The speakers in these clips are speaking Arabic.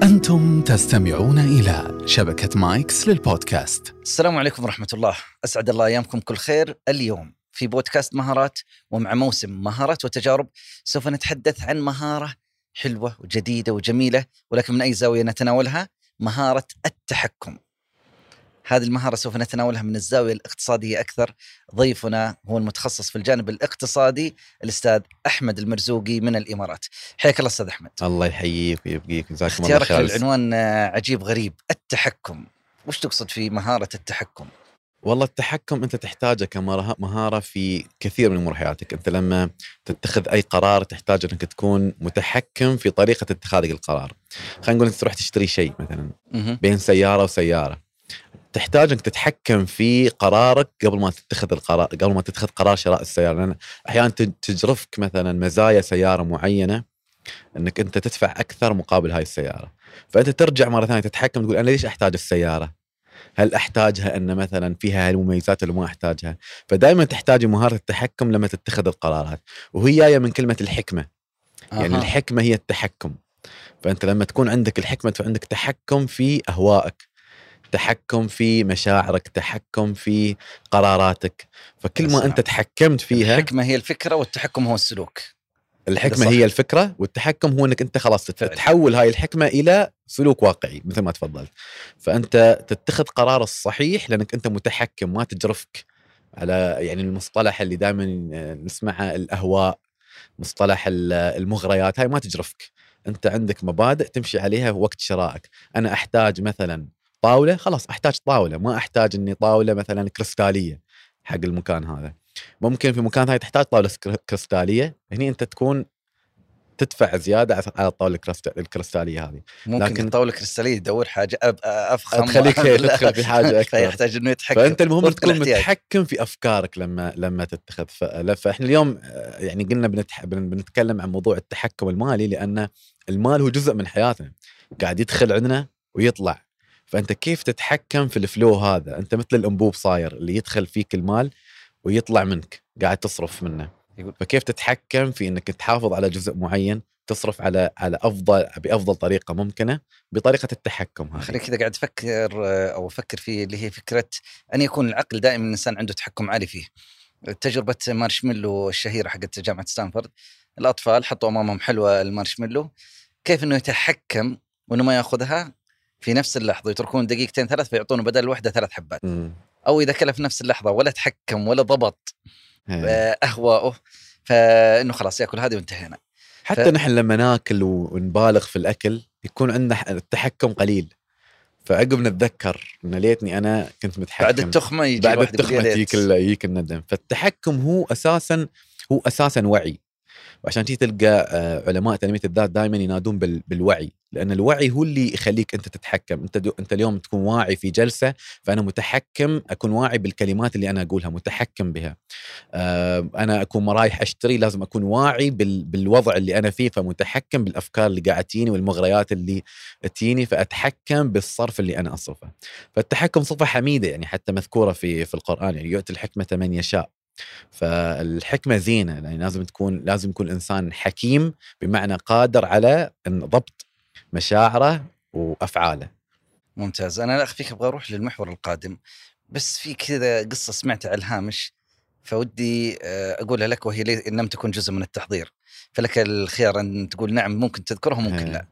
أنتم تستمعون إلى شبكة مايكس للبودكاست. السلام عليكم ورحمة الله، أسعد الله أيامكم كل خير. اليوم في بودكاست مهارات ومع موسم مهارات وتجارب سوف نتحدث عن مهارة حلوة وجديدة وجميلة، ولكن من أي زاوية نتناولها؟ مهارة التحكم. هذه المهارة سوف نتناولها من الزاوية الاقتصادية أكثر. ضيفنا هو المتخصص في الجانب الاقتصادي الأستاذ أحمد المرزوقي من الإمارات. حياك الله أستاذ أحمد. الله يحييك ويبقيك، جزاكم الله خير. اختيارك للعنوان عجيب غريب، التحكم. وش تقصد في مهارة التحكم؟ والله التحكم أنت تحتاجه كمهارة في كثير من أمور حياتك. أنت لما تتخذ أي قرار تحتاج أنك تكون متحكم في طريقة اتخاذ القرار. خلينا نقول أنت تروح تشتري شيء مثلا بين سيارة وسيارة، تحتاج أنك تتحكم في قرارك قبل ما تتخذ القرار، قبل ما تتخذ قرار شراء السيارة، لأن أحيانا تجرفك مثلا مزايا سيارة معينة أنك أنت تدفع أكثر مقابل هاي السيارة، فأنت ترجع مرة ثانية تتحكم، تقول أنا ليش أحتاج السيارة؟ هل أحتاجها أن مثلا فيها هالمميزات اللي ما أحتاجها؟ فدائما تحتاج مهارة التحكم لما تتخذ القرارات، وهي جاية من كلمة الحكمة. يعني الحكمة هي التحكم. فأنت لما تكون عندك الحكمة فعندك تحكم في أهوائك، تحكم في مشاعرك، تحكم في قراراتك. فكل ما أنت تحكمت فيها، الحكمة هي الفكرة والتحكم هو السلوك. الحكمة هي الفكرة والتحكم هو أنك أنت خلاص تحول هاي الحكمة إلى سلوك واقعي مثل ما تفضلت. فأنت تتخذ قرار الصحيح لأنك أنت متحكم، ما تجرفك على يعني المصطلح اللي دائما نسمعه الأهواء، مصطلح المغريات، هاي ما تجرفك. أنت عندك مبادئ تمشي عليها وقت شرائك. أنا أحتاج مثلا طاولة، خلاص أحتاج طاولة، ما أحتاج أني طاولة مثلا كريستالية حق المكان هذا. ممكن في مكان هاي تحتاج طاولة كريستالية، هني أنت تكون تدفع زيادة على الطاولة الكريستالية هذه. ممكن لكن الطاولة الكريستالية تدور حاجة أفخم، تخليك تدخل في حاجة أكثر، فيحتاج إنه يتحكم. فأنت المهم تكون متحكم في أفكارك لما تتخذ. فإحنا اليوم يعني قلنا بنتكلم عن موضوع التحكم المالي، لأن المال هو جزء من حياتنا، قاعد يدخل عندنا ويطلع. فأنت كيف تتحكم في الفلو هذا؟ أنت مثل الأنبوب صاير اللي يدخل فيك المال ويطلع منك، قاعد تصرف منه. فكيف تتحكم في انك تحافظ على جزء معين، تصرف على بافضل طريقه ممكنه، بطريقه التحكم هذه. خليك كذا قاعد افكر فيه، اللي هي فكره ان يكون العقل دائما الانسان عنده تحكم عالي فيه. تجربه مارشميلو الشهيره حقت جامعه ستانفورد، الاطفال حطوا امامهم حلوى المارشميلو، كيف انه يتحكم وانه ما ياخذها في نفس اللحظه، يتركون دقيقتين ثلاث فيعطونه بدل الوحده 3 حبات. او اذا كله في نفس اللحظه ولا تحكم ولا ضبط أهواءه، فإنه خلاص يأكل هذه وانتهينا. حتى نحن لما ناكل ونبالغ في الأكل يكون عندنا التحكم قليل، فعقب نتذكر إن ليتني أنا كنت متحكم. بعد التخمة يجيك الندم. فالتحكم هو أساسا وعي. وعشان تلقى علماء تنمية الذات دائما ينادون بالوعي، لأن الوعي هو اللي يخليك أنت تتحكم. أنت اليوم تكون واعي في جلسة، فأنا متحكم، أكون واعي بالكلمات اللي أنا أقولها، متحكم بها. أنا أكون رايح أشتري، لازم أكون واعي بالوضع اللي أنا فيه، فمتحكم بالأفكار اللي قاعد تجيني والمغريات اللي تجيني، فأتحكم بالصرف اللي أنا أصرفه. فالتحكم صفة حميدة، يعني حتى مذكورة في القرآن، يعني يؤتي الحكمة من يشاء. فالحكمة زينة، يعني لازم يكون الإنسان حكيم، بمعنى قادر على ضبط مشاعره وأفعاله. ممتاز. أنا أخفيك أبغى أروح للمحور القادم، بس في كذا قصة سمعتها على الهامش فودي أقولها لك، وهي إن لم تكن جزء من التحضير، فلك الخيار أن تقول نعم ممكن تذكرها ممكن لا.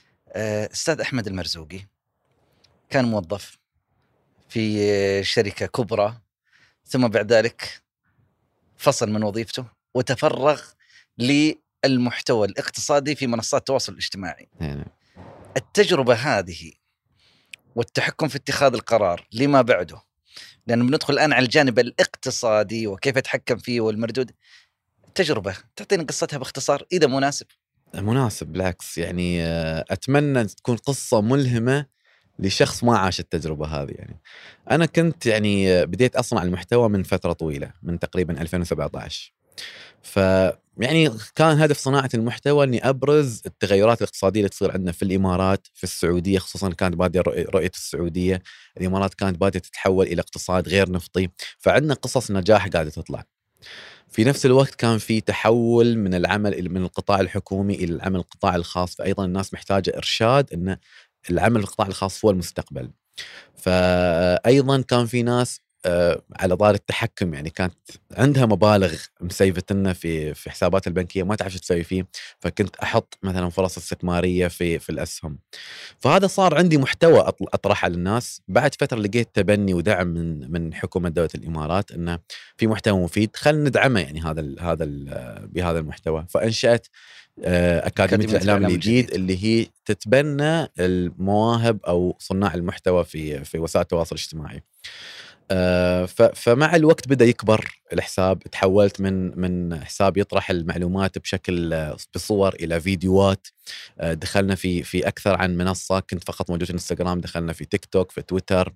أستاذ أحمد المرزوقي كان موظف في شركة كبرى، ثم بعد ذلك فصل من وظيفته وتفرغ للمحتوى الاقتصادي في منصات التواصل الاجتماعي. التجربة هذه والتحكم في اتخاذ القرار لما بعده، لأنه بندخل الآن على الجانب الاقتصادي وكيف يتحكم فيه والمردود. التجربة تعطينا قصتها باختصار إذا مناسب. بالعكس، يعني أتمنى تكون قصة ملهمة لشخص ما عاش التجربة هذه. يعني أنا كنت بديت أصنع المحتوى من فترة طويلة، من تقريبا 2017. يعني كان هدف صناعة المحتوى أني أبرز التغيرات الاقتصادية اللي تصير عندنا في الإمارات، في السعودية خصوصا. كانت بادية رؤية السعودية، الإمارات كانت بادية تتحول إلى اقتصاد غير نفطي، فعندنا قصص نجاح قاعدة تطلع. في نفس الوقت كان في تحول من العمل من القطاع الحكومي إلى العمل القطاع الخاص، فأيضا الناس محتاجة إرشاد إن العمل في القطاع الخاص هو المستقبل. فأيضا كان في ناس على طار التحكم، يعني كانت عندها مبالغ مسيفتنا في حسابات البنكية ما تعرف شو تسوي فيه، فكنت أحط مثلا فرص استثمارية في الأسهم. فهذا صار عندي محتوى أطرحه للناس. بعد فترة لقيت تبني ودعم من حكومة دولة الإمارات إنه في محتوى مفيد، خلينا ندعمه يعني بهذا المحتوى. فأنشأت أكاديمية الإعلام الجديد اللي هي تتبنى المواهب أو صناع المحتوى في وسائل التواصل الاجتماعي. فمع الوقت بدأ يكبر الحساب، تحولت من حساب يطرح المعلومات بشكل بصور إلى فيديوهات. دخلنا في أكثر عن منصة، كنت فقط موجود في انستغرام، دخلنا في تيك توك، في تويتر،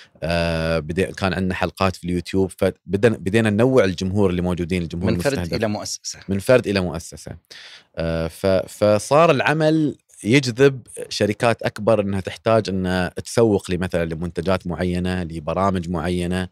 كان عندنا حلقات في اليوتيوب. فبدينا ننوع الجمهور اللي موجودين، الجمهور من فرد المستهدف، إلى مؤسسة، من فرد إلى مؤسسة. فصار العمل يجذب شركات أكبر أنها تحتاج أنها تسوق مثلا لمنتجات معينة، لبرامج معينة،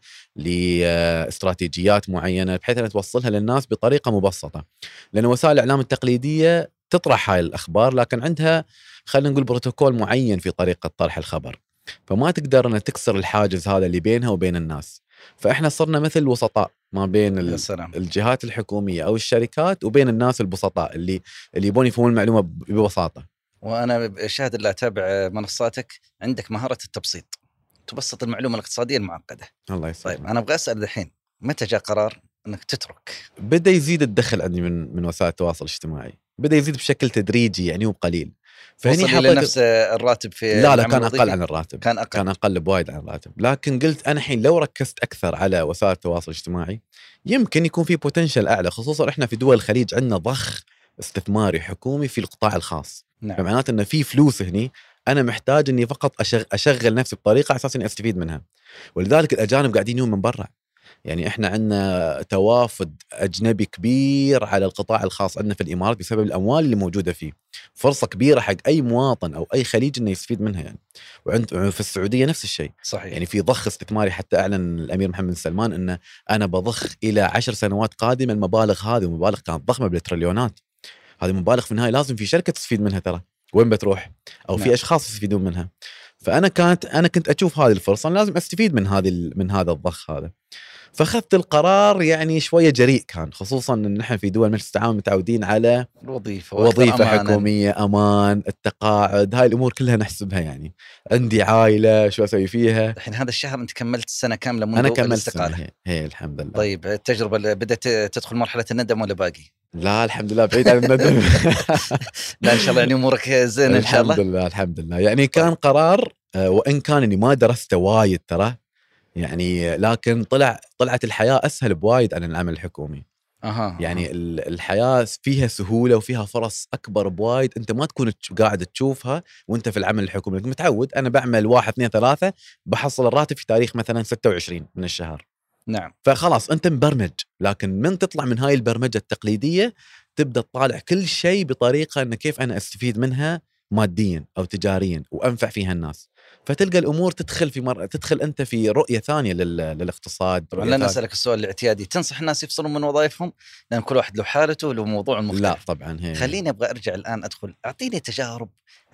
لاستراتيجيات معينة، بحيث أن توصلها للناس بطريقة مبسطة. لأن وسائل الإعلام التقليدية تطرح هاي الأخبار، لكن عندها خلينا نقول بروتوكول معين في طريقة طرح الخبر، فما تقدر أن تكسر الحاجز هذا اللي بينها وبين الناس. فإحنا صرنا مثل وسطاء ما بين الجهات الحكومية أو الشركات وبين الناس البسطاء اللي يبون يفهمون المعلومة ببساطة. وأنا شاهد اللي أتابع منصاتك، عندك مهارة التبسيط، تبسط المعلومة الاقتصادية المعقدة. الله يسلمك. طيب أنا أبغى أسأل دحين، متى جاء قرار أنك تترك؟ بدأ يزيد الدخل عندي من وسائل التواصل الاجتماعي، بدأ يزيد بشكل تدريجي يعني وبقليل. فهني حطيت نفس الراتب في لا كان أقل عن الراتب، كان أقل بوايد عن الراتب. لكن قلت أنا الحين لو ركزت أكثر على وسائل التواصل الاجتماعي يمكن يكون في بوتنشل أعلى، خصوصا إحنا في دول الخليج عندنا ضخ استثماري حكومي في القطاع الخاص. نعم. فمعناته إن في فلوس هني، أنا محتاج إني فقط أشغل نفسي بطريقة أساس إني أستفيد منها. ولذلك الأجانب قاعدين يجون من برا، يعني إحنا عندنا توافد أجنبي كبير على القطاع الخاص عندنا في الإمارات بسبب الأموال اللي موجودة فيه. فرصة كبيرة حق أي مواطن أو أي خليج إنه يستفيد منها يعني. في السعودية نفس الشيء صحيح. يعني في ضخ استثماري، حتى أعلن الأمير محمد بن سلمان إنه أنا بضخ إلى 10 سنوات قادمة المبالغ هذه، ومبالغ كانت ضخمة بالتريليونات. هذه مبالغ في النهاية لازم في شركة تستفيد منها، ترى وين بتروح؟ أو في أشخاص يستفيدون منها. فأنا كنت أشوف هذه الفرصة لازم أستفيد من هذا الضخ هذا. فاخذت القرار يعني شويه جريء كان، خصوصا ان نحن في دول مجلس التعاون متعودين على وظيفه حكوميه، امان، التقاعد، هاي الامور كلها نحسبها. يعني عندي عائله شو اسوي فيها. الحين هذا الشهر انت كملت السنه كامله منذ انا كملت الاستقاله. هي الحمد لله. طيب التجربه اللي بدات تدخل مرحله الندم ولا باقي؟ لا الحمد لله بعيد عن الندم. لا ان شاء الله يعني امورك زين ان شاء الله. الحمد لله يعني كان قرار، وان كان اني ما درست وايد ترى يعني، لكن طلعت الحياة أسهل بوايد عن العمل الحكومي. يعني الحياة فيها سهولة وفيها فرص أكبر بوايد أنت ما تكون قاعد تشوفها وأنت في العمل الحكومي. متعود أنا بعمل 1 2 3 بحصل الراتب في تاريخ مثلا 26 من الشهر. نعم. فخلاص أنت مبرمج. لكن من تطلع من هاي البرمجة التقليدية تبدأ تطالع كل شيء بطريقة أن كيف أنا أستفيد منها ماديا أو تجاريا وأنفع فيها الناس. فتلقى الأمور تدخل أنت في رؤية ثانية للاقتصاد. طبعا لن أسألك السؤال الاعتيادي، تنصح الناس يفصلون من وظائفهم لأن كل واحد له حالته وله موضوع مختلف؟ لا طبعا. خليني أبغى أرجع الآن أدخل، أعطيني تجارب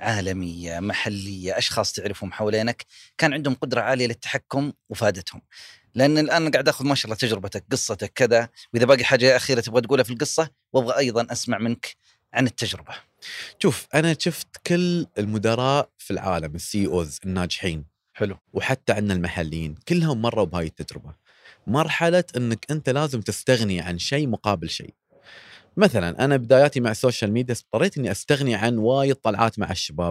عالمية محلية، أشخاص تعرفهم حوالينك كان عندهم قدرة عالية للتحكم وفادتهم. لأن الآن قاعد أخذ ما شاء الله تجربتك، قصتك كذا، وإذا باقي حاجة أخيرة تبغى تقولها في القصة وأبغى أيضا أسمع منك عن التجربة. شوف أنا شفت كل المدراء في العالم، السي اوز الناجحين، حلو، وحتى عندنا المحليين كلهم مروا بهاي التجربة. مرحلة أنك أنت لازم تستغني عن شيء مقابل شيء. مثلا أنا بداياتي مع السوشيال ميديا اضطريت أني أستغني عن وايد طلعات مع الشباب،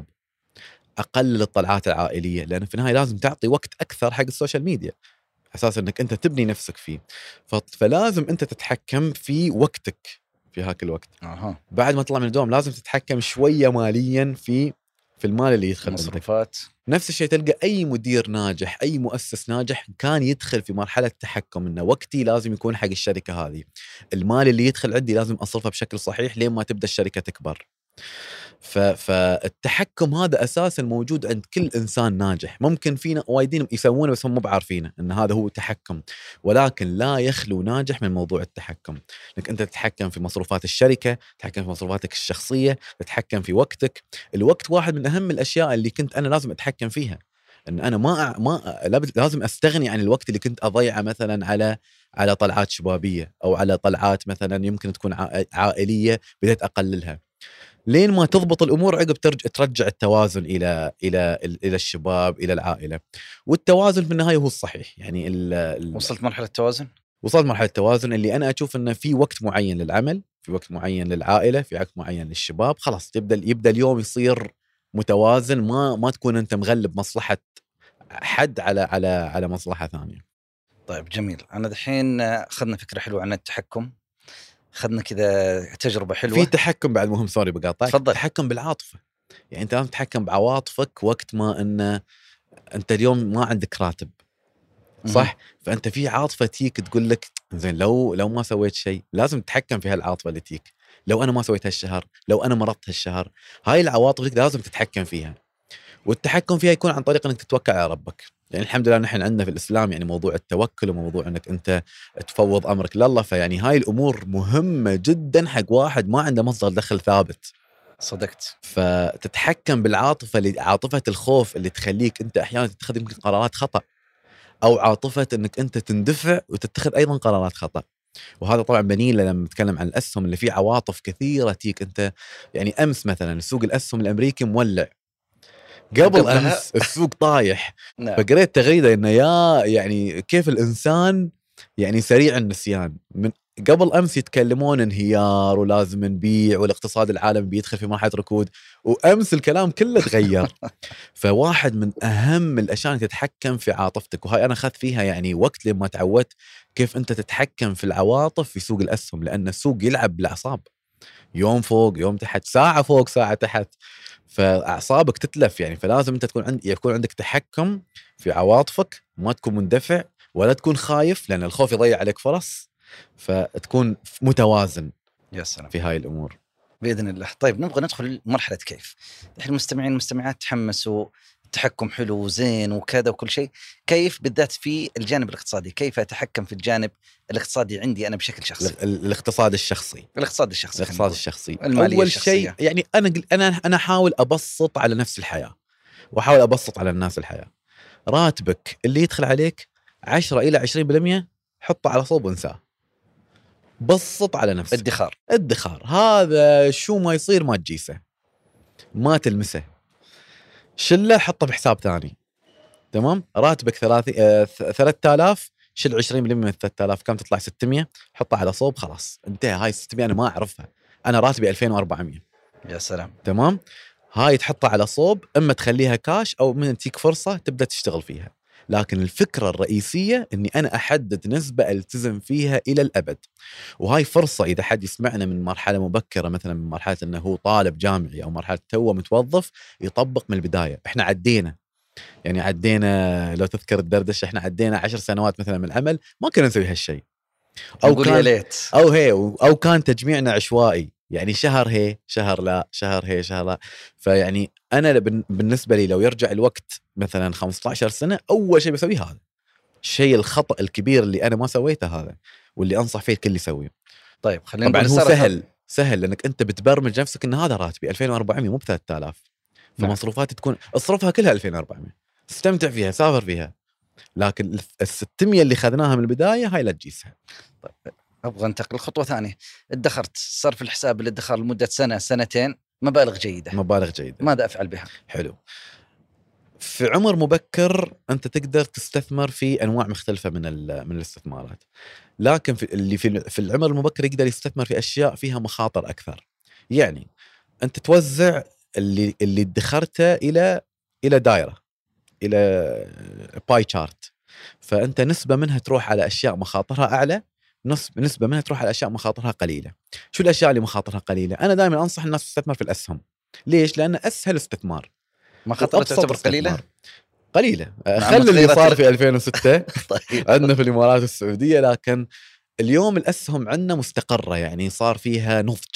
أقلل الطلعات العائلية، لأن في النهاية لازم تعطي وقت أكثر حق السوشيال ميديا أساس أنك أنت تبني نفسك فيه. فلازم أنت تتحكم في وقتك في هاك الوقت. بعد ما تطلع من الدوام لازم تتحكم شوية ماليا في المال اللي يدخل مصروفات. نفس الشيء تلقى أي مدير ناجح، أي مؤسس ناجح كان يدخل في مرحلة تحكم، إنه وقتي لازم يكون حق الشركة هذه، المال اللي يدخل عندي لازم أصرفه بشكل صحيح لين ما تبدأ الشركة تكبر. فالتحكم هذا أساسا موجود عند كل إنسان ناجح. ممكن فينا وايدين يسوونه بس هم مو بعارفينه أن هذا هو تحكم، ولكن لا يخلو ناجح من موضوع التحكم. إنك أنت تتحكم في مصروفات الشركة، تتحكم في مصروفاتك الشخصية، تتحكم في وقتك. الوقت واحد من أهم الأشياء اللي كنت أنا لازم أتحكم فيها. ان انا لازم استغني عن الوقت اللي كنت اضيعه مثلا على طلعات شبابيه او على طلعات مثلا يمكن تكون عائليه، بديت اقللها لين ما تضبط الامور عقب ترجع التوازن الى الشباب، الى العائله. والتوازن في النهايه هو الصحيح. يعني وصلت مرحله التوازن؟ وصلت مرحله التوازن اللي انا اشوف انه في وقت معين للعمل، في وقت معين للعائله، في وقت معين للشباب. خلاص يبدا اليوم يصير متوازن، ما تكون انت مغلب مصلحه حد على مصلحه ثانيه. طيب جميل. انا دحين اخذنا فكره حلوه عن التحكم، اخذنا كذا تجربه حلوه. في تحكم بعد مهم، سوري بقاطعك. تفضل. تحكم بالعاطفه. يعني انت لازم تتحكم بعواطفك وقت ما ان انت اليوم ما عندك راتب، صح؟ فانت في عاطفه تيك تقول لك زين لو ما سويت شيء، لازم تتحكم في هالعاطفه اللي تيك. لو انا ما سويت هالشهر، لو انا مرضت هالشهر، هاي العواطف لازم تتحكم فيها. والتحكم فيها يكون عن طريق انك تتوكل على ربك. يعني الحمد لله نحن عندنا في الاسلام يعني موضوع التوكل وموضوع انك انت تفوض امرك لله. فيعني هاي الامور مهمه جدا حق واحد ما عنده مصدر دخل ثابت. صدقت. فتتحكم بالعاطفه، اللي عاطفه الخوف اللي تخليك انت احيانا تتخذ يمكن قرارات خطا، او عاطفه انك انت تندفع وتتخذ ايضا قرارات خطا. وهذا طبعا بنين لما نتكلم عن الاسهم اللي فيه عواطف كثيره تيك انت. يعني امس مثلا سوق الاسهم الامريكي مولع، قبل امس السوق طايح. نعم. فقريت تغريده انه يعني كيف الانسان يعني سريع النسيان. من قبل امس يتكلمون انهيار ولازم نبيع والاقتصاد العالمي بيدخل في مرحله ركود، وامس الكلام كله تغير. فواحد من اهم الاشياء انك تتحكم في عاطفتك، وهاي انا اخذت فيها يعني وقت لما تعودت كيف انت تتحكم في العواطف في سوق الاسهم. لان السوق يلعب بالاعصاب، يوم فوق يوم تحت، ساعه فوق ساعه تحت، فاعصابك تتلف. يعني فلازم انت يكون عندك تحكم في عواطفك، ما تكون مندفع ولا تكون خايف، لان الخوف يضيع عليك فرص. فتكون متوازن. يا سلام. في هاي الامور باذن الله. طيب نبغى ندخل مرحله كيف. الحين المستمعين والمستمعات تحمسوا، التحكم حلو وزين وكذا وكل شيء. كيف بالذات في الجانب الاقتصادي، كيف اتحكم في الجانب الاقتصادي عندي انا بشكل شخصي؟ الاقتصاد الشخصي. الاقتصاد الشخصي الماليه اول الشخصية. شيء يعني انا احاول ابسط على نفس الحياه، واحاول ابسط على الناس الحياه. راتبك اللي يدخل عليك 10 الى 20% حطه على صوب وانساه. بسط على نفسك. ادخار هذا شو ما يصير ما تجيسه، ما تلمسه، شله حطه بحساب ثاني. تمام. راتبك 3000 شل 20% من 3000 كم تطلع 600 حطه على صوب. خلاص انتهى. هاي 600 انا ما اعرفها، انا راتبي 2400. يا سلام. تمام. هاي تحطها على صوب، اما تخليها كاش او من تجيك فرصه تبدا تشتغل فيها. لكن الفكره الرئيسيه اني انا احدد نسبه التزم فيها الى الابد. وهاي فرصه اذا حد يسمعنا من مرحله مبكره، مثلا من مرحله انه هو طالب جامعي او مرحله توه متوظف، يطبق من البدايه. احنا عدينا لو تذكر الدردشه، احنا عدينا 10 سنوات مثلا من العمل ما كنا نسوي هالشيء، او كان تجميعنا عشوائي. يعني شهر هي شهر لا، شهر هي شهر لا. فيعني انا بالنسبه لي لو يرجع الوقت مثلا 15 سنه، اول شيء بسويه هذا الشيء الخطأ الكبير اللي انا ما سويته هذا، واللي انصح فيه الكل يسويه. طيب خلينا طبعا هو سهل لانك انت بتبرمج نفسك ان هذا راتبي 2400 مو ب 3000. فمصروفاتي تكون اصرفها كلها 2400، استمتع فيها، سافر فيها. لكن ال600 اللي خذناها من البدايه هاي لا تجيسها. طيب ابغى انتقل خطوه ثانيه. ادخرت، صرف الحساب الادخار لمده سنه سنتين، مبالغ جيده. ماذا افعل بها؟ حلو. في عمر مبكر انت تقدر تستثمر في انواع مختلفه من الاستثمارات، لكن في العمر المبكر يقدر يستثمر في اشياء فيها مخاطر اكثر. يعني انت توزع اللي ادخرته الى دائره، الى باي شارت. فانت نسبه منها تروح على اشياء مخاطرها اعلى، نسبه منها تروح على اشياء مخاطرها قليله. شو الاشياء اللي مخاطرها قليله؟ انا دائما انصح الناس تستثمر في الاسهم. ليش؟ لان اسهل استثمار. مخاطرها تعتبر قليله. خلي اللي صار في 2006 طيب. عندنا في الامارات السعوديه. لكن اليوم الاسهم عندنا مستقره، يعني صار فيها نضج،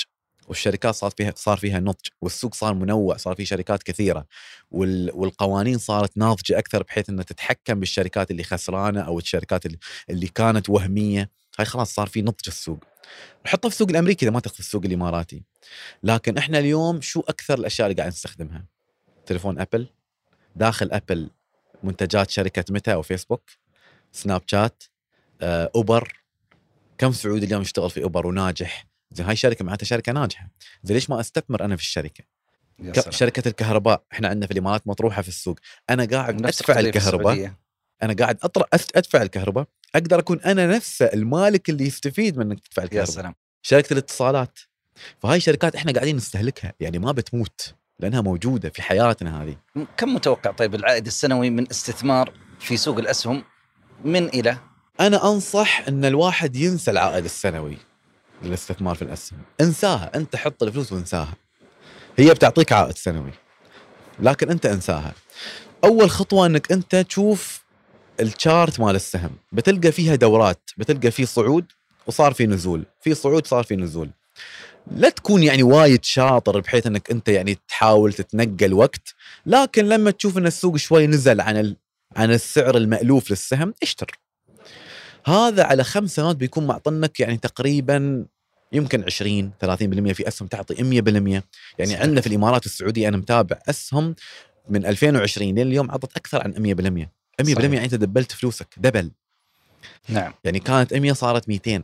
والشركات صار فيها نضج، والسوق صار منوع، صار فيه شركات كثيره، والقوانين صارت ناضجه اكثر بحيث انها تتحكم بالشركات اللي خسرانه او الشركات اللي كانت وهميه. هاي خلاص صار في نضج السوق. نحطه في السوق الامريكي اذا ما تاخذ السوق الاماراتي. لكن احنا اليوم شو اكثر الاشياء اللي قاعد نستخدمها؟ تليفون ابل، داخل ابل منتجات شركه ميتا او فيسبوك، سناب شات، اوبر. كم سعودي اليوم يشتغل في اوبر وناجح؟ زين هاي شركه معناتها شركه ناجحه، زين ليش ما استثمر انا في الشركه؟ شركه الكهرباء احنا عندنا في الامارات مطروحه في السوق، انا قاعد ادفع الكهرباء، انا قاعد ادفع الكهرباء، اقدر اكون انا نفسه المالك اللي يستفيد من انك تدفع الكهرباء. يا سلام. شركه الاتصالات، فهاي شركات احنا قاعدين نستهلكها، يعني ما بتموت لانها موجوده في حياتنا هذه. كم متوقع طيب العائد السنوي من استثمار في سوق الاسهم من الى؟ انا انصح ان الواحد ينسى العائد السنوي للاستثمار في الاسهم، انساها، انت حط الفلوس وانساها، هي بتعطيك عائد سنوي لكن انت انساها. اول خطوه انك انت تشوف الشارت مال السهم، بتلقى فيها دورات، بتلقى فيه صعود وصار في نزول، في صعود صار في نزول. لا تكون يعني وايد شاطر بحيث انك انت يعني تحاول تتنقل وقت، لكن لما تشوف ان السوق شوي نزل عن السعر المألوف للسهم اشتر. هذا على 5 سنوات بيكون معطنك يعني تقريبا يمكن 20-30% في اسهم تعطي 100%. يعني عندنا في الامارات والسعوديه انا متابع اسهم من 2020 لليوم عطت اكثر عن 100%. 100% يعني انت دبلت فلوسك دبل. نعم. يعني كانت 100 صارت 200.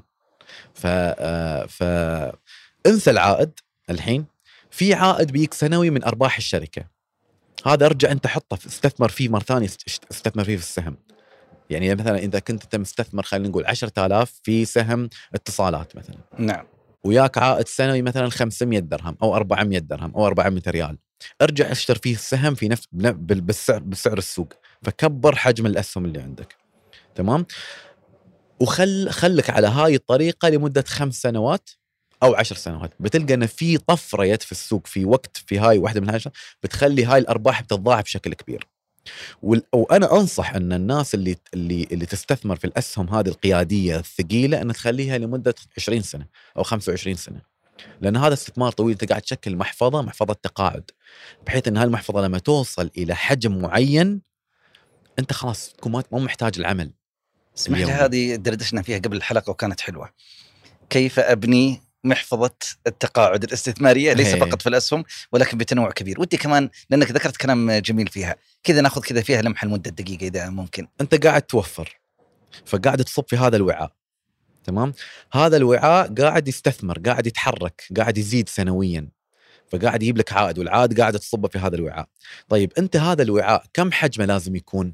انسى العائد. الحين في عائد بيك سنوي من ارباح الشركه، هذا ارجع انت حطه استثمر فيه مره ثانيه، استثمر فيه في السهم. يعني مثلا اذا كنت انت مستثمر خلينا نقول 10,000 في سهم اتصالات مثلا، نعم، وياك عائد سنوي مثلا 500 درهم او 400 درهم او 400 ريال، ارجع اشتر فيه السهم في نفس بالسعر السوق، فكبر حجم الاسهم اللي عندك. تمام. خلك على هاي الطريقه لمده 5 سنوات او 10 سنوات، بتلقى ان في طفره يد في السوق في وقت، في هاي واحده من هاي بتخلي هاي الارباح بتتضاعف بشكل كبير. وانا انصح ان الناس اللي تستثمر في الاسهم هذه القياديه الثقيله ان تخليها لمده 20 سنه او 25 سنه، لان هذا استثمار طويل. انت قاعد تشكل محفظه تقاعد، بحيث ان هالمحفظه لما توصل الى حجم معين انت خلاص تكون مو محتاج العمل. اسمح لي، هذه دردشنا فيها قبل الحلقه وكانت حلوه. كيف ابني محفظة التقاعد الاستثمارية ليس فقط في الأسهم ولكن بتنوع كبير. ودي كمان لأنك ذكرت كلام جميل فيها، كذا ناخذ كذا فيها لمحة لمدة دقيقة إذا ممكن. أنت قاعد توفر، فقاعد تصب في هذا الوعاء. تمام. هذا الوعاء قاعد يستثمر، قاعد يتحرك، قاعد يزيد سنويا، فقاعد يجيب لك عائد، والعائد قاعد تصبه في هذا الوعاء. طيب أنت هذا الوعاء كم حجمه لازم يكون؟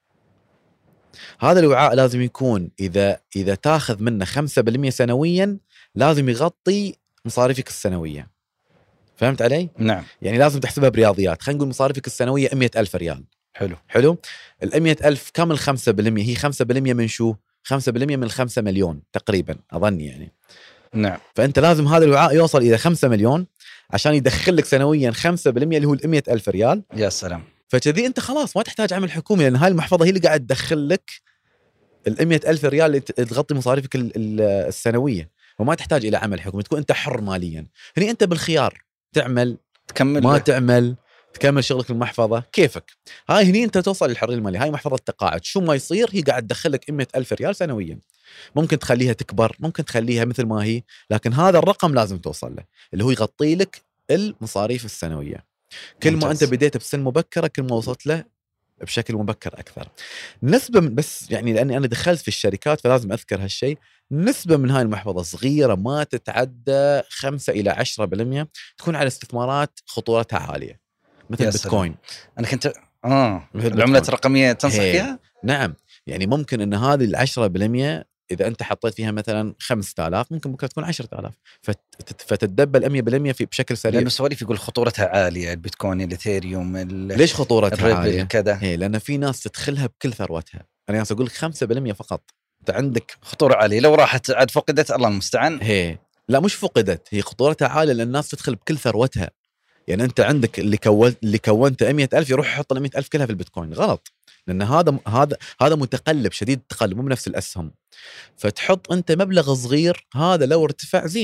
هذا الوعاء لازم يكون إذا تاخذ منه 5% سنويا لازم يغطي مصاريفك السنوية. فهمت علي؟ نعم. يعني لازم تحسبها برياضيات. خلينا نقول مصاريفك السنوية 100,000 ريال. حلو. 100,000 كم 5%؟ هي 5% من شو؟ 5% من 5 مليون تقريبا أظن يعني. نعم. فأنت لازم هذا الوعاء يوصل إلى 5 مليون عشان يدخل لك سنويا 5% اللي هو 100,000 ريال. يا سلام. فكذي أنت خلاص ما تحتاج عمل حكومي، لأن هاي المحفظة هي اللي قاعد تدخل لك 100,000 ريال اللي تغطي مصاريفك السنوية، وما تحتاج إلى عمل حكومي، تكون أنت حر ماليا. هني أنت بالخيار تعمل تكمل ما تعمل، تكمل شغلك المحفظة كيفك. هاي هني أنت توصل للحرية المالية. هاي محفظة تقاعد، شو ما يصير هي قاعد تدخلك 100,000 ريال سنويا. ممكن تخليها تكبر، ممكن تخليها مثل ما هي، لكن هذا الرقم لازم توصل له اللي هو يغطي لك المصاريف السنوية. كل ما أنت بديت بسن مبكرة كل ما وصلت له بشكل مبكر أكثر. نسبة بس يعني لأني أنا دخلت في الشركات فلازم أذكر هالشيء، نسبة من هاي المحفظة صغيرة ما تتعدى 5 إلى 10% تكون على استثمارات خطورتها عالية مثل بيتكوين. أنا كنت العملات الرقمية تنصح فيها؟ نعم. يعني ممكن أن هذه 10% إذا أنت حطيت فيها مثلا 5,000 ممكن بكرة تكون 10,000 فتتدبل 100% بشكل سريع. لأنه سواليف يقول خطورتها عالية، البيتكوين، الإثيريوم. ليش خطورتها عالية كذا؟ لأن في ناس تدخلها بكل ثروتها. أنا أقول لك 5% فقط أنت عندك خطورة عالية، لو راحت عاد فقدت الله المستعان. لا مش فقدت، هي خطورتها عالية لأن الناس تدخل بكل ثروتها. يعني أنت عندك اللي كونت 100,000 يروح يحط 100,000 كلها في البيتكوين، غلط. لأن هذا متقلب شديد التقلب، مو بنفس الأسهم. فتحط أنت مبلغ صغير، هذا لو ارتفع زين،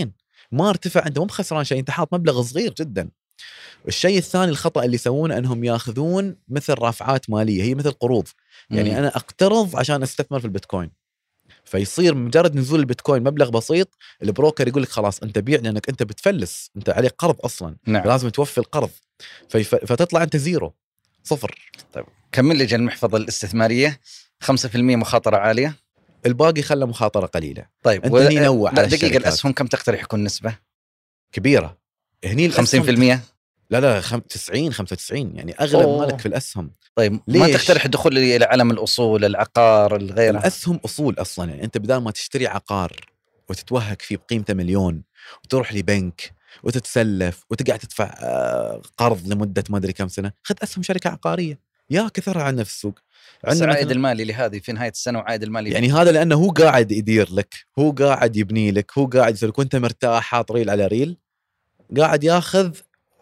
ما ارتفع، انت مو خسران شيء، انت حاط مبلغ صغير جدا. الشيء الثاني الخطأ اللي يسوونه انهم ياخذون مثل رافعات مالية، هي مثل قروض. يعني انا اقترض عشان استثمر في البيتكوين، فيصير مجرد نزول البيتكوين مبلغ بسيط البروكر يقول لك خلاص انت بيع لانك انت بتفلس، انت عليك قرض اصلا. نعم. لازم توفي القرض، فتطلع انت زيرو، صفر. طيب كمل لي المحفظة الاستثمارية 5% مخاطرة عالية، الباقي خلى مخاطرة قليلة. طيب انت هني نوع على دقيقة، الشركات. الأسهم كم تقترح يكون نسبة؟ كبيرة هني 50%. لا 90 95 يعني اغلب مالك في الاسهم. طيب ليش؟ ما تقترح الدخول الى عالم الاصول، العقار، الغيره؟ الاسهم اصول اصلا، يعني انت بدال ما تشتري عقار وتتوهق فيه بقيمته مليون وتروح لبنك وتتسلف وتقعد تدفع قرض لمده ما ادري كم سنه، خذ اسهم شركه عقاريه يا كثرها عندنا في السوق. عندنا العائد المالي لهذه في نهايه السنه وعائد المالي يعني هذا لانه هو قاعد يدير لك، هو قاعد يبني لك، هو قاعد يسوي لك وانت مرتاح حاط ريل على ريل، قاعد ياخذ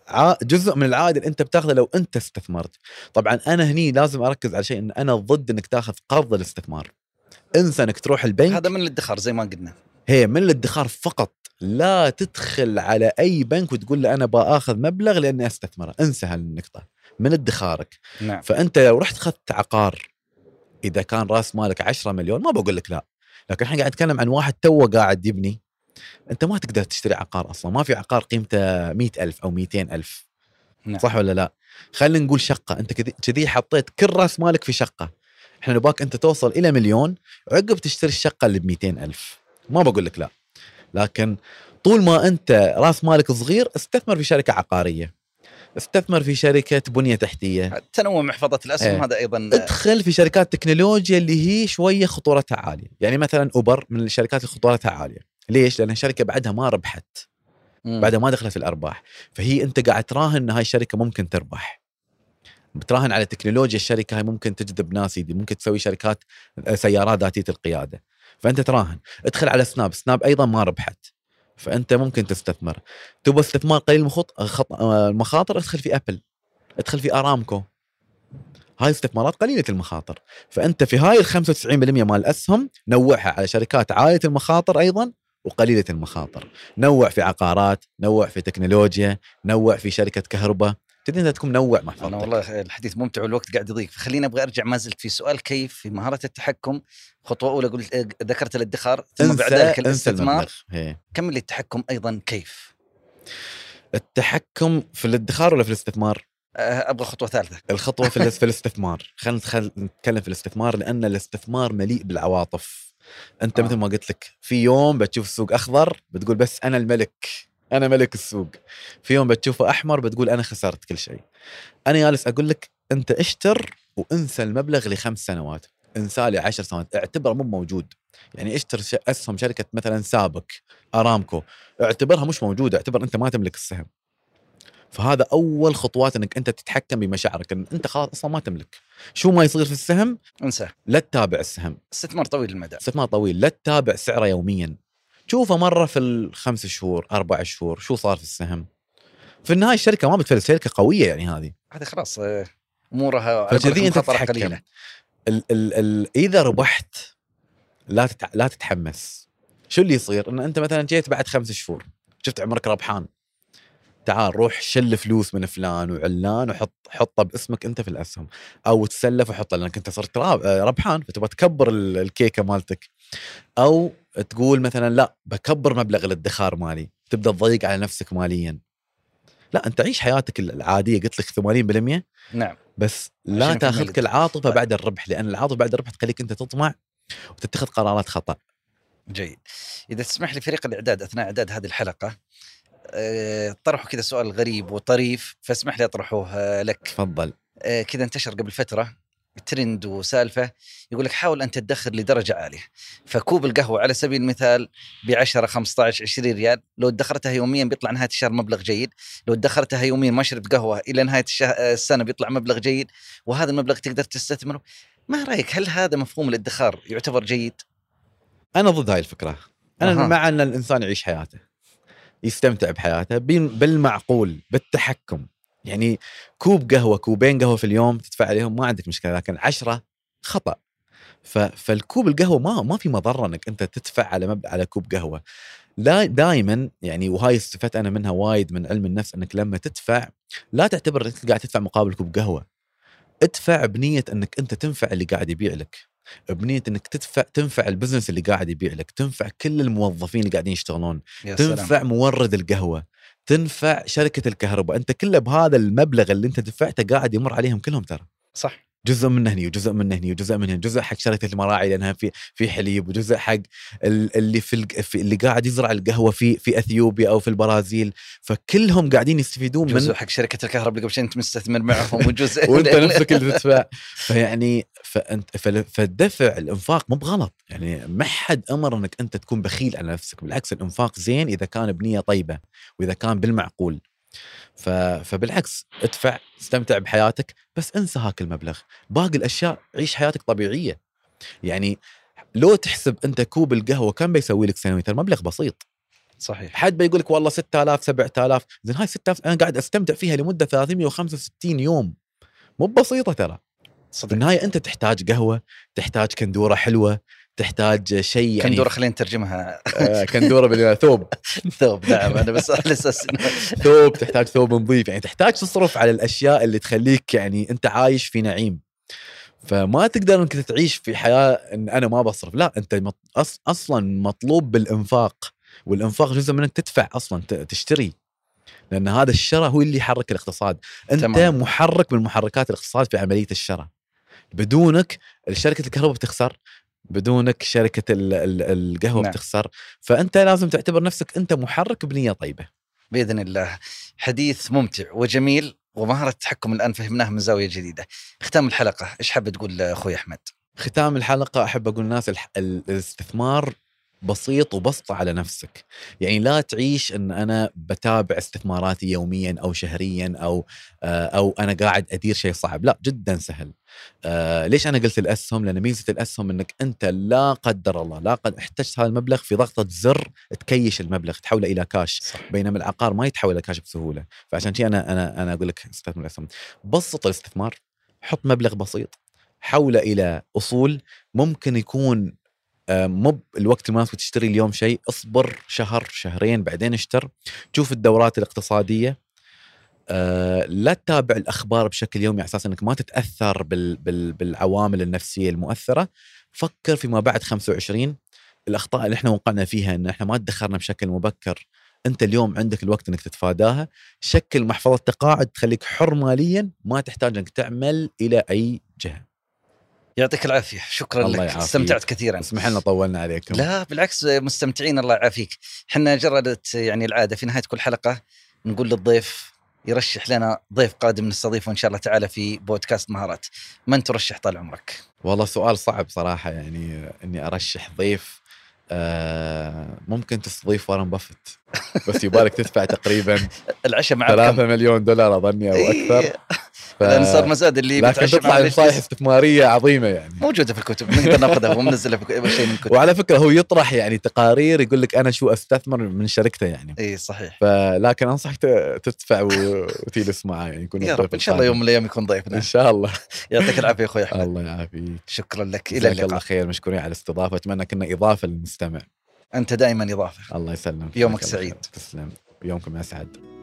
جزء من العائد اللي انت بتاخذه لو انت استثمرت. طبعا انا هني لازم اركز على شيء، ان انا ضد انك تاخذ قرض الاستثمار. انسى انك تروح البنك، هذا من الادخار زي ما قلنا، هي من الادخار فقط. لا تدخل على اي بنك وتقول له انا باخذ مبلغ لاني استثمره، انسى هالنقطه، من ادخارك. نعم. فانت لو رحت اخذت عقار اذا كان راس مالك 10 مليون ما بقول لك لا، لكن احنا قاعد نتكلم عن واحد توه قاعد يبني، انت ما تقدر تشتري عقار اصلا، ما في عقار قيمته 100,000 او 200,000. نعم. صح ولا لا؟ خلينا نقول شقه، انت كذي حطيت كل راس مالك في شقه، احنا نباك انت توصل الى مليون عقب تشتري الشقه اللي ب200,000، ما بقول لك لا. لكن طول ما انت راس مالك صغير استثمر في شركه عقاريه، استثمر في شركه بنيه تحتيه، تنوع محفظه الاسهم. هذا ايضا ادخل في شركات تكنولوجيا اللي هي شويه خطورتها عاليه، يعني مثلا اوبر من الشركات اللي خطورتها عاليه. ليش؟ لان الشركه بعدها ما ربحت، بعدها ما دخلت في الارباح، فهي انت قاعد تراهن ان هاي الشركه ممكن تربح، بتراهن على تكنولوجيا الشركه هاي ممكن تجذب ناس، ممكن تسوي شركات سيارات ذاتيه القياده، فانت تراهن. ادخل على سناب ايضا ما ربحت، فانت ممكن تستثمر. تبغى استثمار قليل المخاطر، ادخل في ابل، ادخل في ارامكو، هاي استثمارات قليله المخاطر. فانت في هاي 95% مال الاسهم نوعها على شركات عاليه المخاطر ايضا وقليله المخاطر. نوع في عقارات، نوع في تكنولوجيا، نوع في شركه كهرباء، تدري انت تكون منوع محفظتك. انا والله الحديث ممتع والوقت قاعد يضيق، فخلينا ابغى ارجع، ما زلت في سؤال كيف في مهاره التحكم. خطوه اولى قلت ذكرت الادخار، ثم بعد ذلك الاستثمار. كمل لي التحكم ايضا كيف. التحكم في الادخار ولا في الاستثمار؟ ابغى خطوه ثالثه. الخطوه في الاستثمار. خلينا نتكلم في الاستثمار، لان الاستثمار مليء بالعواطف. انت مثل ما قلت لك، في يوم بتشوف السوق اخضر بتقول بس انا الملك، انا ملك السوق. في يوم بتشوفه احمر بتقول انا خسرت كل شيء. انا جالس اقول لك انت اشتر وانسى المبلغ ل5 سنوات، انسى لي 10 سنوات، اعتبره مو موجود. يعني اشتر اسهم شركه مثلا سابك، ارامكو، اعتبرها مش موجوده، اعتبر انت ما تملك السهم. فهذا اول خطوات انك انت تتحكم بمشاعرك، ان انت خلاص اصلا ما تملك. شو ما يصير في السهم انسى، لا تتابع السهم. استثمار طويل المدى، استثمار طويل، لا تتابع سعره يوميا، شوفه مره في 5 شهور 4 شهور شو صار في السهم. في النهايه الشركه ما بتفلس، شركه قويه يعني هذه خلاص امورها فكذي انت تتحكم. اذا ربحت لا تتحمس. شو اللي يصير؟ ان انت مثلا جيت بعد 5 شهور شفت عمرك ربحان، تعال روح شل فلوس من فلان وعلان وحطه باسمك انت في الاسهم، او تسلف وحطه لانك انت صرت ربحان فتبغى تكبر الكيكه مالتك. او تقول مثلا لا بكبر مبلغ الادخار مالي، تبدا تضيق على نفسك ماليا. لا انت عيش حياتك العاديه، قلت لك 80%. نعم، بس لا تاخذك العاطفه بعد الربح، لان العاطفه بعد الربح تخليك انت تطمع وتتخذ قرارات خطأ. جيد. اذا تسمح لي فريق الاعداد اثناء اعداد هذه الحلقه طرحوا كذا سؤال غريب وطريف، فاسمح لي اطرحه لك. تفضل. كذا انتشر قبل فتره ترند وسالفه يقول لك حاول ان تدخر لدرجه عاليه، فكوب القهوه على سبيل المثال ب10 15 20 ريال، لو ادخرتها يوميا بيطلع نهايه الشهر مبلغ جيد، لو ادخرتها يوميا ما شربت قهوه الى نهايه السنه بيطلع مبلغ جيد، وهذا المبلغ تقدر تستثمره. ما رايك، هل هذا مفهوم الادخار يعتبر جيد؟ انا ضد هاي الفكره. انا مع ان الانسان يعيش حياته، يستمتع بحياته بالمعقول، بالتحكم. يعني كوب قهوة، كوبين قهوة في اليوم تدفع عليهم ما عندك مشكلة، لكن 10 خطأ. فالكوب القهوة ما في مضرة انك انت تدفع على كوب قهوة. لا دائما يعني، وهاي استفدت انا منها وايد من علم النفس، انك لما تدفع لا تعتبر انك قاعد تدفع مقابل كوب قهوه، ادفع بنيه انك انت تنفع اللي قاعد يبيع لك، بنيه انك تنفع البزنس اللي قاعد يبيع لك، تنفع كل الموظفين اللي قاعدين يشتغلون، تنفع مورد القهوه، تنفع شركه الكهرباء. انت كله بهذا المبلغ اللي انت دفعته قاعد يمر عليهم كلهم ترى. صح. جزء منه هني وجزء منه هني وجزء منه هني، جزء حق شركه المراعي لانها في حليب، وجزء حق اللي في اللي قاعد يزرع القهوه في اثيوبيا او في البرازيل، فكلهم قاعدين يستفيدون جزء من حق شركه الكهرباء اللي قبل شيء انت مستثمر معهم، وجزء وانت نفسك اللي تدفع. فيعني فالدفع الانفاق مو بغلط يعني، ما حد امر انك انت تكون بخيل على نفسك، بالعكس الانفاق زين اذا كان بنيه طيبه واذا كان بالمعقول. فبالعكس ادفع، استمتع بحياتك، بس انسى هاك المبلغ، باقي الاشياء عيش حياتك طبيعيه. يعني لو تحسب انت كوب القهوه كم بيسوي لك سنويا، ترى مبلغ بسيط. صحيح. حد بيقول لك والله 6000 7000، زين هاي 6000 انا قاعد استمتع فيها لمده 365 يوم، مو بسيطه ترى. في النهايه انت تحتاج قهوه، تحتاج كندوره حلوه، تحتاج شيء يعني كندوره خلينا نترجمها كندوره بالثوب ثوب. نعم انا بس على اساس ثوب، تحتاج ثوب نظيف، يعني تحتاج تصرف على الاشياء اللي تخليك يعني انت عايش في نعيم. فما تقدر انك تعيش في حياه ان انا ما بصرف، لا انت اصلا مطلوب بالانفاق، والانفاق جزء من انك تدفع اصلا تشتري، لان هذا الشراء هو اللي يحرك الاقتصاد. انت تمام. محرك من محركات الاقتصاد في عمليه الشراء. بدونك شركه الكهرباء بتخسر، بدونك شركه القهوه نعم. بتخسر. فانت لازم تعتبر نفسك انت محرك بنيه طيبه. باذن الله. حديث ممتع وجميل، ومهاره التحكم الان فهمناها من زاويه جديده. ختام الحلقه ايش حاب تقول اخوي احمد؟ ختام الحلقه احب اقول للناس الاستثمار بسيط وبسطة على نفسك. يعني لا تعيش ان انا بتابع استثماراتي يوميا او شهريا او انا قاعد ادير شيء صعب، لا جدا سهل. ليش انا قلت الاسهم؟ لان ميزه الاسهم انك انت لا قدر الله لا قد احتجت هذا المبلغ في ضغطه زر تكيش المبلغ تحوله الى كاش. صح. بينما العقار ما يتحول الى كاش بسهوله. فعشان شيء انا اقول لك استثمر الاسهم، بسط الاستثمار، حط مبلغ بسيط، حوله الى اصول. ممكن يكون مو الوقت المناسب تشتري اليوم شيء، اصبر شهر شهرين بعدين اشتر. شوف الدورات الاقتصادية، لا تتابع الأخبار بشكل يومي على أساس أنك ما تتأثر بالعوامل النفسية المؤثرة. فكر فيما بعد 25. الأخطاء اللي احنا وقعنا فيها أن احنا ما تدخرنا بشكل مبكر، أنت اليوم عندك الوقت أنك تتفاداها. شكل محفظة تقاعد تخليك حر ماليا، ما تحتاج أنك تعمل إلى أي جهة. يعطيك العافية، شكرا لك، استمتعت كثيرا. اسمح لنا طولنا عليكم. لا بالعكس مستمتعين، الله يعافيك. حنا جردت يعني العادة في نهاية كل حلقة نقول للضيف يرشح لنا ضيف قادم نستضيفه إن شاء الله تعالى في بودكاست مهارات. من ترشح طال عمرك؟ والله سؤال صعب صراحة، يعني إني أرشح ضيف. ممكن تستضيف وارن بافت، بس يبالك تدفع تقريبا العشاء معك 3 مليون دولار أظني أو أكثر. لأن صار مزاد اللي لكن تطلع نصائح استثمارية عظيمة يعني موجودة في الكتب، نقدر ناخذها ومنزلها في شيء من الكتب. وعلى فكرة هو يطرح يعني تقارير يقول لك أنا شو أستثمر من شركته يعني. إيه صحيح. فلكن أنصحك تدفع وتجلس معاه يعني يكون يا رب إن شاء الله يوم من الأيام يكون ضيفنا إن شاء الله. يعطيك العافية أخوي أحمد. الله يعافيك. شكرا لك، إلى اللقاء. الله خير، مشكورين على الاستضافة، أتمنى كنا إضافة للمستمع. أنت دائما إضافة. الله يسلمك، يومك سعيد. تسلم، يومكم أسعد.